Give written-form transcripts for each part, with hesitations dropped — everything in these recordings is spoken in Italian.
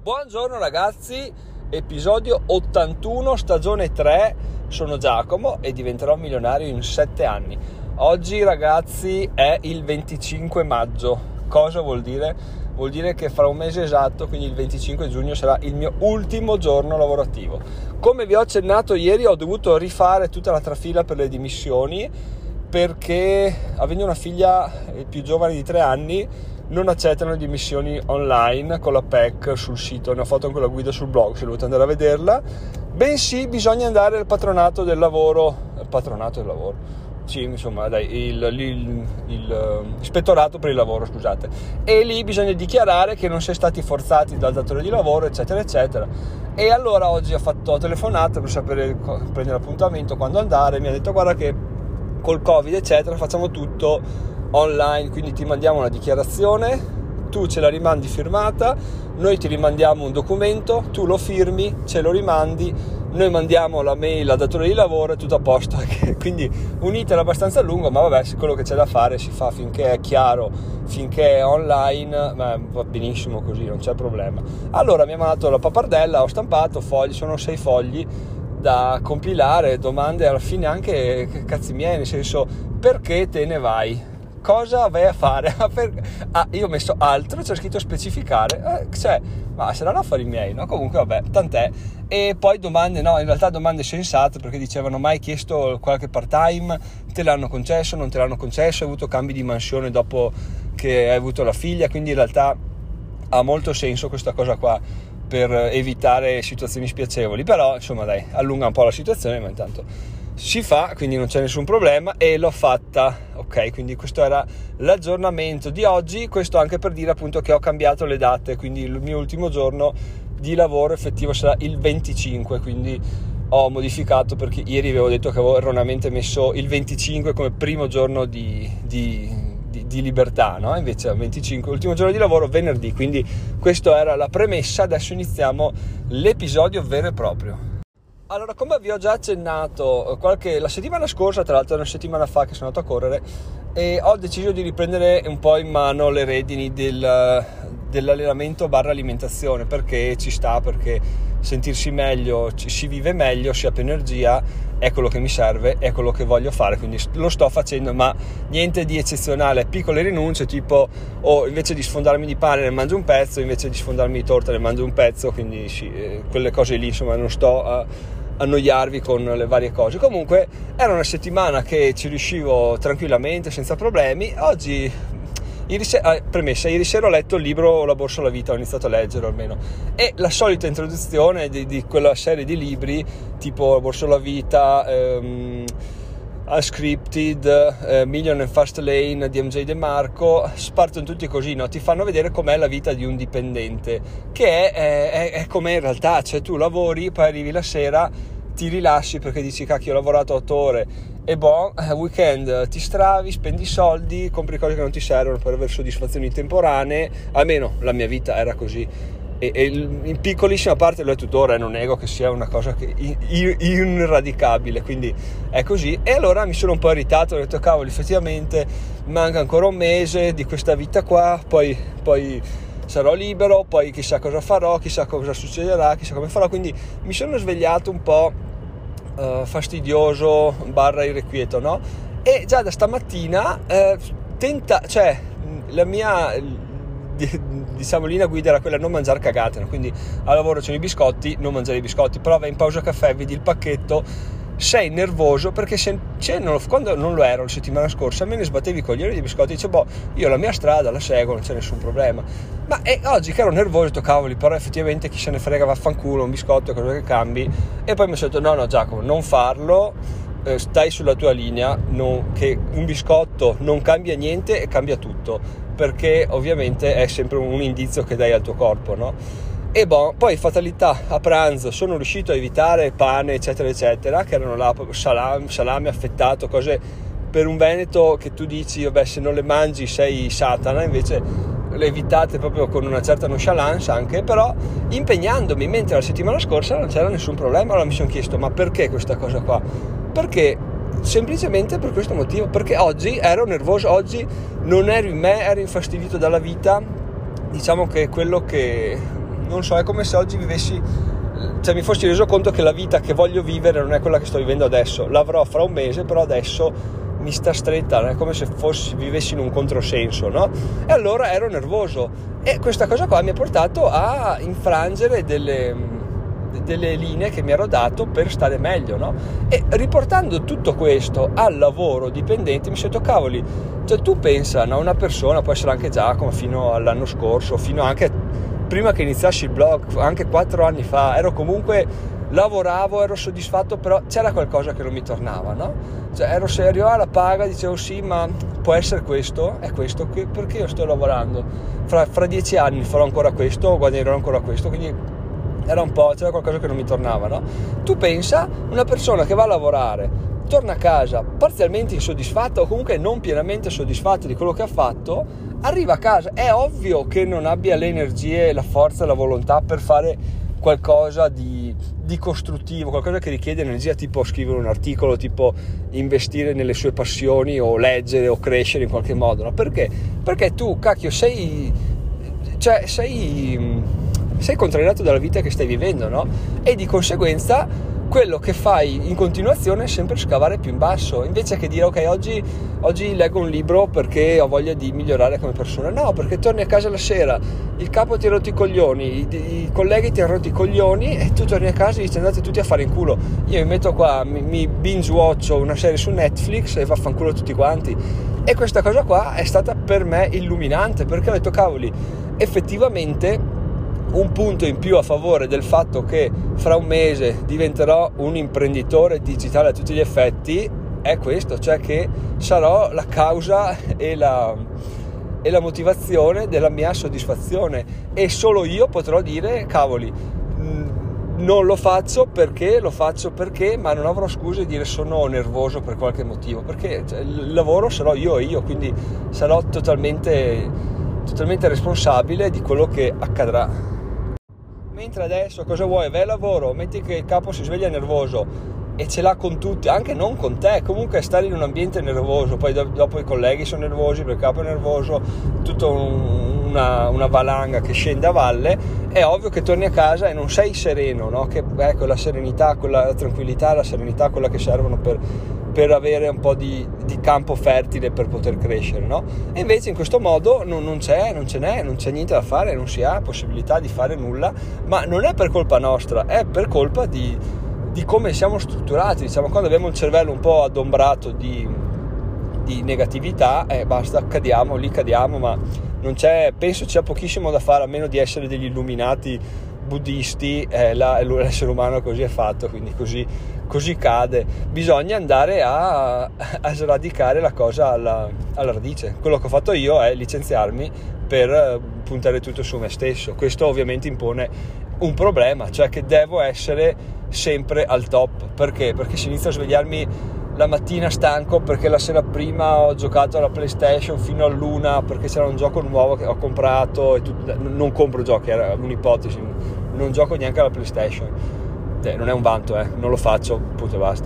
Buongiorno ragazzi, episodio 81, stagione 3, sono Giacomo e diventerò milionario in 7 anni. Oggi ragazzi è il 25 maggio, cosa vuol dire? Vuol dire che fra un mese esatto, quindi il 25 giugno sarà il mio ultimo giorno lavorativo. Come vi ho accennato ieri ho dovuto rifare tutta la trafila per le dimissioni perché avendo una figlia più giovane di 3 anni non accettano le dimissioni online con la PEC sul sito, ne ho fatto anche la guida sul blog se volete andare a vederla, bensì bisogna andare al patronato del lavoro, sì insomma dai, l'ispettorato per il lavoro, scusate, e lì bisogna dichiarare che non si è stati forzati dal datore di lavoro eccetera eccetera. E allora oggi ho telefonato per sapere, prendere l'appuntamento, quando andare, mi ha detto guarda che col Covid eccetera facciamo tutto online, quindi ti mandiamo una dichiarazione, tu ce la rimandi firmata, noi ti rimandiamo un documento, tu lo firmi, ce lo rimandi, noi mandiamo la mail al datore di lavoro e tutto a posto. Quindi un iter abbastanza lungo, ma vabbè, quello che c'è da fare si fa finché è chiaro, finché è online, ma va benissimo così, non c'è problema. Allora mi ha mandato la pappardella, ho stampato fogli, sono 6 fogli da compilare, domande alla fine anche cazzi miei, nel senso, perché te ne vai? Cosa vai a fare? Io ho messo altro, c'è scritto specificare, ma saranno affari miei, no? Comunque vabbè, tant'è. E poi domande, no, in realtà domande sensate, perché dicevano mai chiesto qualche part time, te l'hanno concesso, non te l'hanno concesso, hai avuto cambi di mansione dopo che hai avuto la figlia, quindi in realtà ha molto senso questa cosa qua per evitare situazioni spiacevoli, però insomma dai, allunga un po' la situazione, ma intanto si fa, quindi non c'è nessun problema e l'ho fatta. Ok, quindi questo era l'aggiornamento di oggi, questo anche per dire appunto che ho cambiato le date, quindi il mio ultimo giorno di lavoro effettivo sarà il 25, quindi ho modificato perché ieri avevo detto che avevo erroneamente messo il 25 come primo giorno di libertà, no? Invece il 25 ultimo giorno di lavoro, venerdì, quindi questa era la premessa. Adesso iniziamo l'episodio vero e proprio. Allora, come vi ho già accennato la settimana scorsa, tra l'altro una settimana fa che sono andato a correre, e ho deciso di riprendere un po' in mano le redini dell'allenamento / alimentazione, perché ci sta, perché sentirsi meglio, si vive meglio, si ha più energia, è quello che mi serve, è quello che voglio fare, quindi lo sto facendo, ma niente di eccezionale, piccole rinunce, tipo invece di sfondarmi di pane ne mangio un pezzo, invece di sfondarmi di torta ne mangio un pezzo, quindi quelle cose lì, insomma, non sto a annoiarvi con le varie cose. Comunque era una settimana che ci riuscivo tranquillamente, senza problemi. Oggi ieri sera ho letto il libro La borsa alla vita, ho iniziato a leggerlo almeno, e la solita introduzione di quella serie di libri tipo La borsa alla vita, Unscripted, Million and Fast Lane di MJ De Marco, partono tutti così, no? Ti fanno vedere com'è la vita di un dipendente, che è com'è in realtà, cioè tu lavori, poi arrivi la sera, ti rilassi perché dici cacchio ho lavorato 8 ore e weekend ti stravi, spendi soldi, compri cose che non ti servono per avere soddisfazioni temporanee, almeno la mia vita era così. E in piccolissima parte lo è tuttora, non nego che sia una cosa che irradicabile, quindi è così. E allora mi sono un po' irritato, ho detto cavolo, effettivamente manca ancora un mese di questa vita qua, poi sarò libero, poi chissà cosa farò, chissà cosa succederà, chissà come farò, quindi mi sono svegliato un po' fastidioso / irrequieto, no? E già da stamattina la mia diciamo linea guida era quella non mangiare cagate, no? Quindi al lavoro c'erano i biscotti, non mangiare i biscotti, però vai in pausa caffè, vedi il pacchetto, sei nervoso perché quando non lo ero la settimana scorsa me ne sbattevi i coglioni di biscotti, dicevo io la mia strada la seguo, non c'è nessun problema, ma oggi che ero nervoso ho detto cavoli, però effettivamente chi se ne frega, vaffanculo, un biscotto è cosa che cambi. E poi mi sono detto no Giacomo, non farlo, stai sulla tua linea, che un biscotto non cambia niente e cambia tutto, perché ovviamente è sempre un indizio che dai al tuo corpo, no? E poi fatalità, a pranzo sono riuscito a evitare pane eccetera eccetera, che erano là salame affettato, cose per un veneto che tu dici vabbè se non le mangi sei Satana, invece le evitate proprio con una certa nonchalance anche, però impegnandomi, mentre la settimana scorsa non c'era nessun problema. Allora mi sono chiesto ma perché questa cosa qua? Perché semplicemente per questo motivo, perché oggi ero nervoso, oggi non ero in me, ero infastidito dalla vita. Diciamo che quello che non so, è come se oggi mi fossi reso conto che la vita che voglio vivere non è quella che sto vivendo adesso. L'avrò fra un mese, però adesso mi sta stretta, è come se vivessi in un controsenso, no? E allora ero nervoso, e questa cosa qua mi ha portato a infrangere delle linee che mi ero dato per stare meglio, no? E riportando tutto questo al lavoro dipendente mi sono detto, cavoli, cioè tu pensa, no? Una persona, può essere anche Giacomo, fino all'anno scorso, fino anche prima che iniziassi il blog, anche 4 anni fa, lavoravo, ero soddisfatto, però c'era qualcosa che non mi tornava, no? Cioè ero serio alla paga, dicevo sì, ma può essere questo, è questo, perché io sto lavorando, fra 10 anni farò ancora questo, guadagnerò ancora questo, quindi c'era qualcosa che non mi tornava, no? Tu pensa, una persona che va a lavorare, torna a casa parzialmente insoddisfatta o comunque non pienamente soddisfatta di quello che ha fatto, arriva a casa, è ovvio che non abbia le energie, la forza, la volontà per fare qualcosa di costruttivo, qualcosa che richiede energia, tipo scrivere un articolo, tipo investire nelle sue passioni o leggere o crescere in qualche modo, no? Perché? Perché tu, cacchio, sei contrariato dalla vita che stai vivendo, no? E di conseguenza quello che fai in continuazione è sempre scavare più in basso, invece che dire ok, oggi leggo un libro perché ho voglia di migliorare come persona. No, perché torni a casa la sera, il capo ti ha rotto i coglioni, i colleghi ti hanno rotto i coglioni e tu torni a casa e dici andate tutti a fare in culo. Io mi metto qua, mi binge watcho una serie su Netflix e vaffanculo tutti quanti. E questa cosa qua è stata per me illuminante, perché ho detto cavoli, effettivamente un punto in più a favore del fatto che fra un mese diventerò un imprenditore digitale a tutti gli effetti è questo, cioè che sarò la causa e la motivazione della mia soddisfazione, e solo io potrò dire cavoli, non lo faccio perché, ma non avrò scuse di dire sono nervoso per qualche motivo, perché il lavoro sarò io, quindi sarò totalmente responsabile di quello che accadrà. Mentre adesso cosa vuoi? Vai al lavoro, metti che il capo si sveglia nervoso e ce l'ha con tutti, anche non con te, comunque stare in un ambiente nervoso, poi dopo i colleghi sono nervosi, perché il capo è nervoso, tutta una valanga che scende a valle, è ovvio che torni a casa e non sei sereno, no? Che ecco, la serenità, la tranquillità, la serenità, quella che servono per avere un po' di campo fertile per poter crescere, no? E invece in questo modo non c'è niente da fare, non si ha possibilità di fare nulla, ma non è per colpa nostra, è per colpa di come siamo strutturati, diciamo. Quando abbiamo il cervello un po' adombrato di negatività, basta, cadiamo, ma non c'è, penso c'è pochissimo da fare, a meno di essere degli illuminati buddisti, l'essere umano così è fatto, quindi così cade. Bisogna andare a sradicare la cosa alla radice. Quello che ho fatto io è licenziarmi per puntare tutto su me stesso. Questo ovviamente impone un problema, cioè che devo essere sempre al top. Perché? Perché se inizio a svegliarmi la mattina stanco perché la sera prima ho giocato alla PlayStation fino all'1 perché c'era un gioco nuovo che ho comprato, non compro giochi, era un'ipotesi, non gioco neanche alla PlayStation, non è un vanto, non lo faccio, punto e basta.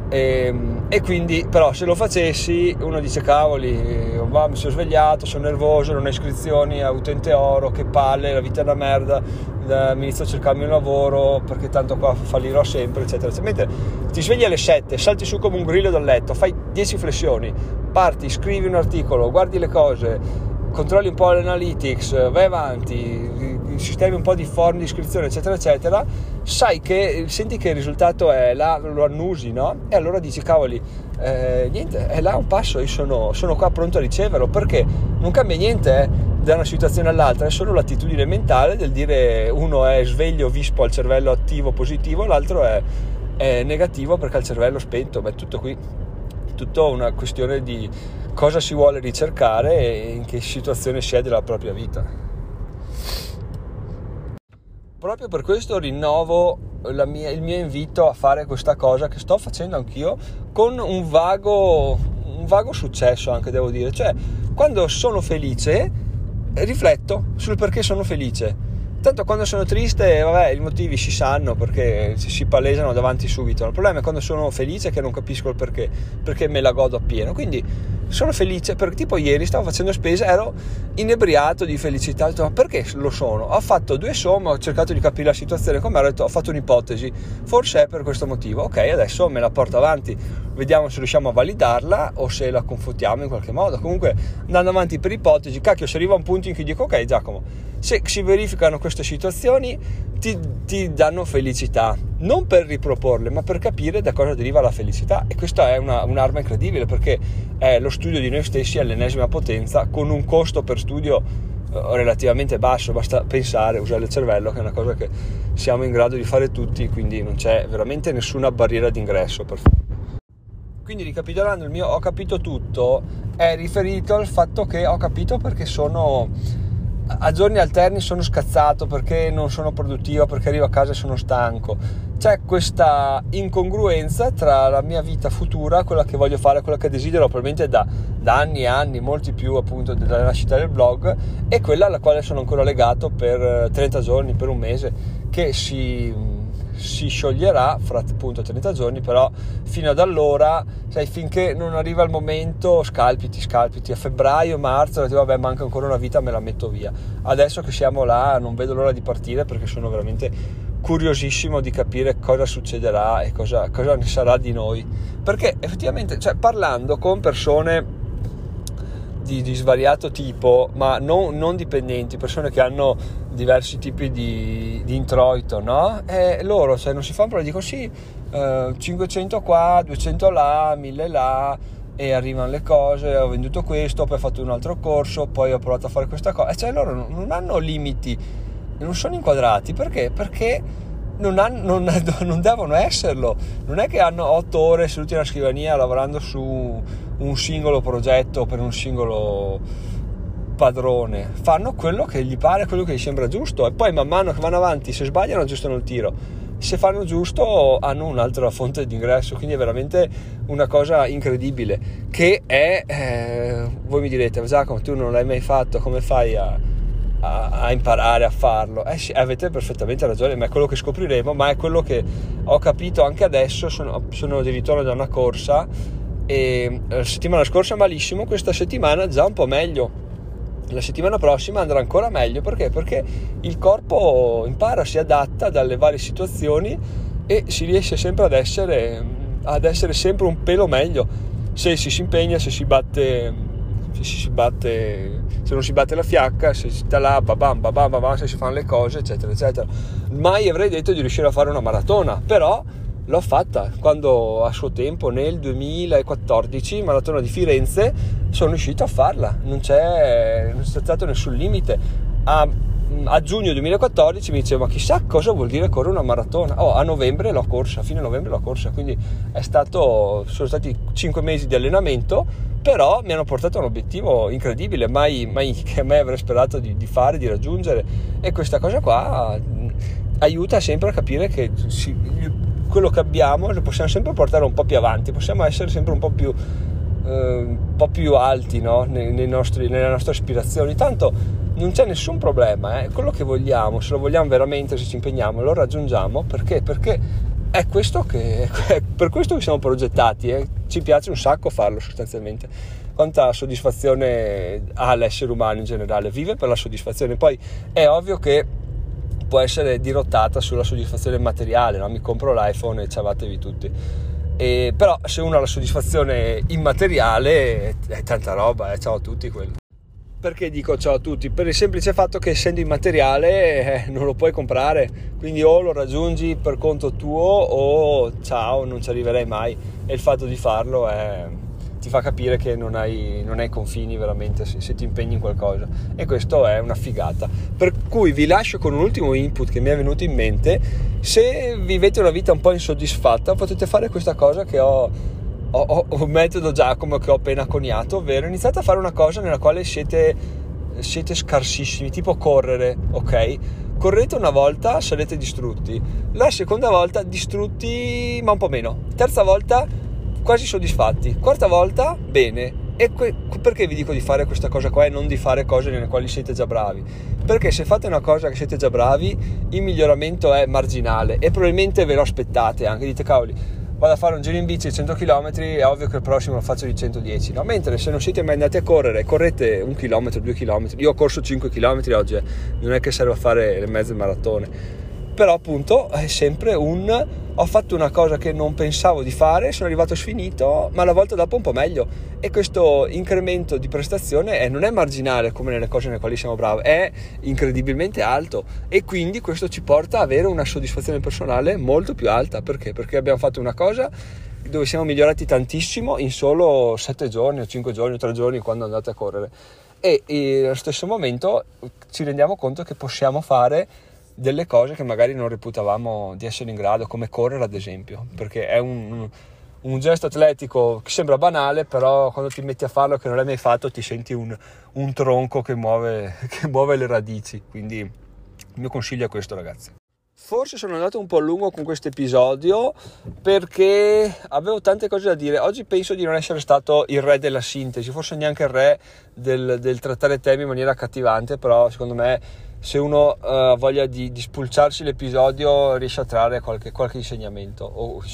E quindi, però, se lo facessi, uno dice cavoli, mi sono svegliato, sono nervoso, non ho iscrizioni a Utente Oro, che palle, la vita è una merda, mi inizio a cercarmi un lavoro perché tanto qua fallirò sempre, eccetera, eccetera. Mentre ti svegli alle 7, salti su come un grillo dal letto, fai 10 flessioni, parti, scrivi un articolo, guardi le cose, controlli un po' l'analytics, vai avanti, sistemi un po' di form di iscrizione, eccetera eccetera, senti che il risultato è là, lo annusi, no? E allora dici cavoli, niente, è là un passo, io sono qua pronto a riceverlo, perché non cambia niente da una situazione all'altra, è solo l'attitudine mentale del dire uno è sveglio, vispo, al cervello attivo, positivo, l'altro è negativo perché ha il cervello spento. Ma è tutto qui, tutto una questione di cosa si vuole ricercare e in che situazione si è della propria vita. Proprio per questo rinnovo il mio invito a fare questa cosa che sto facendo anch'io, con un vago successo anche, devo dire. Cioè, quando sono felice rifletto sul perché sono felice. Tanto quando sono triste, i motivi si sanno perché si palesano davanti subito. Il problema è quando sono felice che non capisco il perché me la godo appieno. Quindi sono felice perché tipo ieri stavo facendo spesa, ero inebriato di felicità, ho detto ma perché lo sono? Ho fatto 2 somme, ho cercato di capire la situazione com'era, ho detto, ho fatto un'ipotesi, forse è per questo motivo, ok, adesso me la porto avanti, vediamo se riusciamo a validarla o se la confutiamo in qualche modo. Comunque andando avanti per ipotesi, cacchio, se arriva un punto in cui dico ok Giacomo, se si verificano queste situazioni ti danno felicità, non per riproporle ma per capire da cosa deriva la felicità, e questa è un'arma incredibile, perché è lo studio di noi stessi all'ennesima potenza, con un costo per studio relativamente basso, basta pensare, usare il cervello, che è una cosa che siamo in grado di fare tutti, quindi non c'è veramente nessuna barriera d'ingresso per farlo. Quindi ricapitolando, il mio ho capito tutto è riferito al fatto che ho capito perché sono a giorni alterni, sono scazzato, perché non sono produttivo, perché arrivo a casa e sono stanco. C'è questa incongruenza tra la mia vita futura, quella che voglio fare, quella che desidero probabilmente da anni e anni, molti più appunto dalla nascita del blog, e quella alla quale sono ancora legato per 30 giorni, per un mese, che si scioglierà fra appunto 30 giorni, però fino ad allora, sai, finché non arriva il momento scalpiti a febbraio, marzo, vabbè, manca ancora una vita, me la metto via. Adesso che siamo là non vedo l'ora di partire, perché sono veramente curiosissimo di capire cosa succederà e cosa ne sarà di noi, perché effettivamente, cioè, parlando con persone di svariato tipo, ma non dipendenti, persone che hanno diversi tipi di introito, no? E loro, se non si fanno problemi, dicono sì, 500 qua, 200 là, 1000 là, e arrivano le cose, ho venduto questo, poi ho fatto un altro corso, poi ho provato a fare questa cosa, e cioè loro non hanno limiti, non sono inquadrati, perché non devono esserlo. Non è che hanno 8 ore seduti alla scrivania lavorando su un singolo progetto per un singolo padrone, fanno quello che gli pare, quello che gli sembra giusto, e poi man mano che vanno avanti, se sbagliano aggiustano il tiro, se fanno giusto hanno un'altra fonte di ingresso. Quindi è veramente una cosa incredibile, che è voi mi direte Giacomo, tu non l'hai mai fatto, come fai a imparare a farlo? Sì, avete perfettamente ragione, ma è quello che scopriremo, ma è quello che ho capito anche adesso. Sono di ritorno da una corsa, e la settimana scorsa malissimo, questa settimana già un po' meglio, la settimana prossima andrà ancora meglio. Perché il corpo impara, si adatta dalle varie situazioni e si riesce sempre ad essere sempre un pelo meglio se si impegna, se non si batte la fiacca, se si sta là babam, se si fanno le cose, eccetera eccetera. Mai avrei detto di riuscire a fare una maratona, però l'ho fatta quando a suo tempo, nel 2014, maratona di Firenze, sono riuscito a farla, non c'è stato nessun limite. A giugno 2014 mi dicevo, ma chissà cosa vuol dire correre una maratona. A novembre l'ho corsa, a fine novembre l'ho corsa, quindi sono stati 5 mesi di allenamento, però mi hanno portato a un obiettivo incredibile, mai avrei sperato di fare, di raggiungere. E questa cosa qua aiuta sempre a capire che quello che abbiamo lo possiamo sempre portare un po' più avanti, possiamo essere sempre un po' più alti, no? nelle nostre aspirazioni. Tanto non c'è nessun problema, quello che vogliamo, se lo vogliamo veramente, se ci impegniamo, lo raggiungiamo, perché è per questo che siamo progettati, ci piace un sacco farlo sostanzialmente. Quanta soddisfazione ha l'essere umano in generale, vive per la soddisfazione. Poi è ovvio che può essere dirottata sulla soddisfazione materiale, no? Mi compro l'iPhone e ciavatevi tutti. Però se uno ha la soddisfazione immateriale è tanta roba, ciao a tutti quello. Perché dico ciao a tutti? Per il semplice fatto che, essendo immateriale, non lo puoi comprare, quindi o lo raggiungi per conto tuo o ciao, non ci arriverai mai. E il fatto di farlo ti fa capire che non hai confini veramente se ti impegni in qualcosa, e questo è una figata. Per cui vi lascio con un ultimo input che mi è venuto in mente: se vivete una vita un po' insoddisfatta, potete fare questa cosa che ho un metodo Giacomo che ho appena coniato, ovvero iniziate a fare una cosa nella quale siete scarsissimi, tipo correre, ok? Correte una volta, sarete distrutti, la seconda volta distrutti ma un po' meno, terza volta quasi soddisfatti, quarta volta bene. E perché vi dico di fare questa cosa qua e non di fare cose nelle quali siete già bravi? Perché se fate una cosa che siete già bravi, il miglioramento è marginale e probabilmente ve lo aspettate anche, dite cavoli, vado a fare un giro in bici 100 km, è ovvio che il prossimo lo faccio di 110, no? Mentre se non siete mai andati a correre, correte 1 chilometro, 2 chilometri. Io ho corso 5 km oggi, non è che serve a fare le mezze maratone, però appunto è sempre ho fatto una cosa che non pensavo di fare, sono arrivato sfinito, ma la volta dopo un po' meglio, e questo incremento di prestazione non è marginale come nelle cose nelle quali siamo bravi, è incredibilmente alto, e quindi questo ci porta ad avere una soddisfazione personale molto più alta. Perché? Perché abbiamo fatto una cosa dove siamo migliorati tantissimo in solo 7 giorni o 5 giorni o 3 giorni quando andate a correre, e allo stesso momento ci rendiamo conto che possiamo fare delle cose che magari non reputavamo di essere in grado, come correre ad esempio, perché è un gesto atletico che sembra banale, però quando ti metti a farlo che non l'hai mai fatto ti senti un tronco che muove le radici. Quindi il mio consiglio è questo, ragazzi. Forse sono andato un po' lungo con questo episodio perché avevo tante cose da dire. Oggi penso di non essere stato il re della sintesi, forse neanche il re del trattare temi in maniera accattivante, però secondo me se uno ha voglia di spulciarsi l'episodio riesce a trarre qualche insegnamento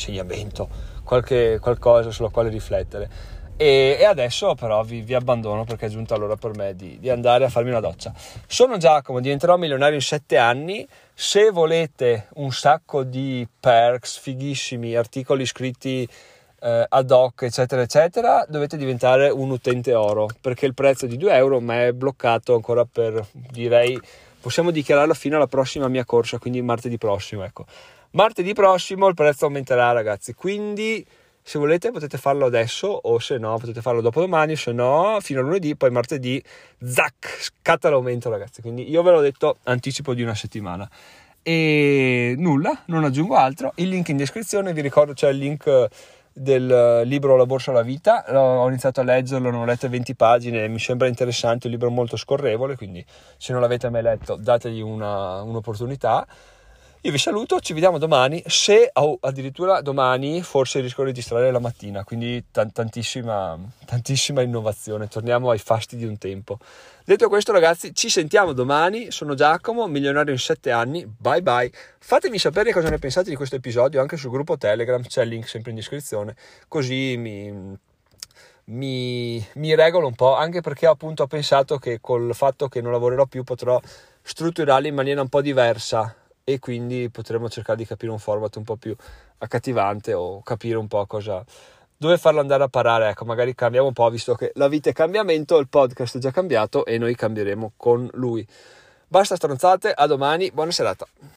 qualcosa sulla quale riflettere. E adesso però vi abbandono perché è giunta l'ora per me di andare a farmi una doccia. Sono Giacomo, diventerò milionario in 7 anni. Se volete un sacco di perks fighissimi, articoli scritti ad hoc, eccetera eccetera, dovete diventare un utente oro, perché il prezzo di 2 euro mi è bloccato ancora per, direi, possiamo dichiararlo fino alla prossima mia corsa, quindi martedì prossimo, ecco. Martedì prossimo il prezzo aumenterà, ragazzi, quindi se volete potete farlo adesso, o se no potete farlo dopodomani, se no fino a lunedì, poi martedì zac, scatta l'aumento, ragazzi. Quindi io ve l'ho detto, anticipo di una settimana. E nulla, non aggiungo altro. Il link in descrizione, vi ricordo c'è il link del libro La Borsa alla Vita. Ho iniziato a leggerlo, non ho letto 20 pagine, mi sembra interessante, un libro molto scorrevole, quindi se non l'avete mai letto dategli un'opportunità. Io vi saluto, ci vediamo domani, se addirittura domani forse riesco a registrare la mattina, quindi tantissima innovazione, torniamo ai fasti di un tempo. Detto questo, ragazzi, ci sentiamo domani. Sono Giacomo, milionario in 7 anni, bye bye. Fatemi sapere cosa ne pensate di questo episodio anche sul gruppo Telegram, c'è il link sempre in descrizione, così mi regolo un po', anche perché appunto ho pensato che col fatto che non lavorerò più potrò strutturarli in maniera un po' diversa, e quindi potremo cercare di capire un format un po' più accattivante, o capire un po' dove farlo andare a parare. Ecco, magari cambiamo un po', visto che la vita è cambiamento, il podcast è già cambiato e noi cambieremo con lui. Basta stronzate, a domani, buona serata.